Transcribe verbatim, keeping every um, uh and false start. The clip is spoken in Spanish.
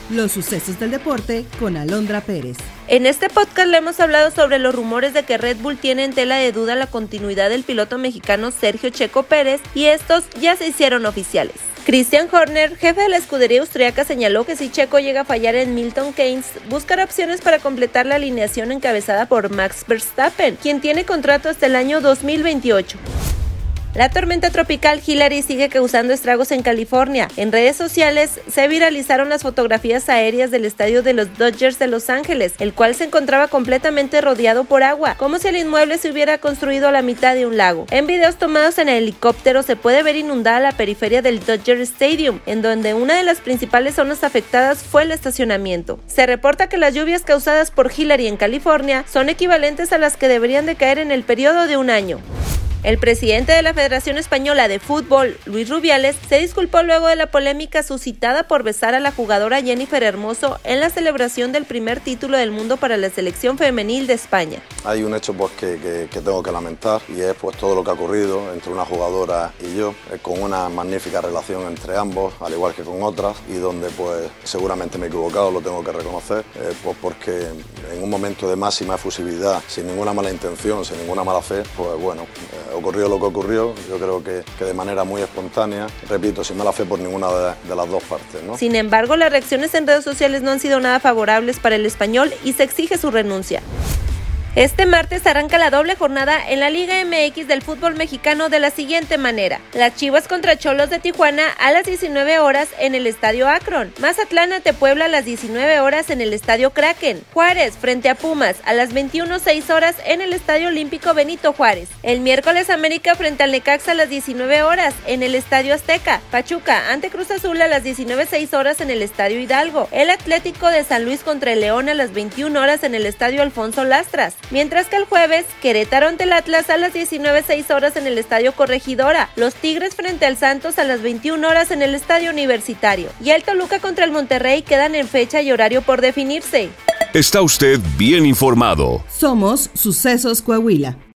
Los sucesos del deporte con Alondra Pérez. En este podcast le hemos hablado sobre los rumores de que Red Bull tiene en tela de duda la continuidad del piloto mexicano Sergio Checo Pérez, y estos ya se hicieron oficiales. Christian Horner, jefe de la escudería austriaca, señaló que si Checo llega a fallar en Milton Keynes, buscará opciones para completar la alineación encabezada por Max Verstappen, quien tiene contrato hasta el año dos mil veintiocho. La tormenta tropical Hillary sigue causando estragos en California. En redes sociales se viralizaron las fotografías aéreas del estadio de los Dodgers de Los Ángeles, el cual se encontraba completamente rodeado por agua, como si el inmueble se hubiera construido a la mitad de un lago. En videos tomados en helicóptero se puede ver inundada la periferia del Dodger Stadium, en donde una de las principales zonas afectadas fue el estacionamiento. Se reporta que las lluvias causadas por Hillary en California son equivalentes a las que deberían de caer en el periodo de un año. El presidente de la Federación Española de Fútbol, Luis Rubiales, se disculpó luego de la polémica suscitada por besar a la jugadora Jennifer Hermoso en la celebración del primer título del mundo para la selección femenil de España. Hay un hecho pues, que, que, que tengo que lamentar, y es pues, todo lo que ha ocurrido entre una jugadora y yo, eh, con una magnífica relación entre ambos, al igual que con otras, y donde pues, seguramente me he equivocado, lo tengo que reconocer, eh, pues, porque en un momento de máxima efusividad, sin ninguna mala intención, sin ninguna mala fe, pues bueno, eh, ocurrió lo que ocurrió, yo creo que, que de manera muy espontánea, repito, sin mala fe por ninguna de, de las dos partes, ¿no? Sin embargo, las reacciones en redes sociales no han sido nada favorables para el español y se exige su renuncia. Este martes arranca la doble jornada en la Liga M X del fútbol mexicano de la siguiente manera: las Chivas contra Xolos de Tijuana a las diecinueve horas en el Estadio Akron, Mazatlán ante Puebla a las diecinueve horas en el Estadio Kraken, Juárez frente a Pumas a las veintiuno seis horas en el Estadio Olímpico Benito Juárez, el miércoles América frente al Necaxa a las diecinueve horas en el Estadio Azteca, Pachuca ante Cruz Azul a las diecinueve seis horas en el Estadio Hidalgo, el Atlético de San Luis contra el León a las veintiuna horas en el Estadio Alfonso Lastras, mientras que el jueves, Querétaro ante el Atlas a las diecinueve seis horas en el Estadio Corregidora, los Tigres frente al Santos a las veintiuna horas en el Estadio Universitario, y el Toluca contra el Monterrey quedan en fecha y horario por definirse. Está usted bien informado. Somos Sucesos Coahuila.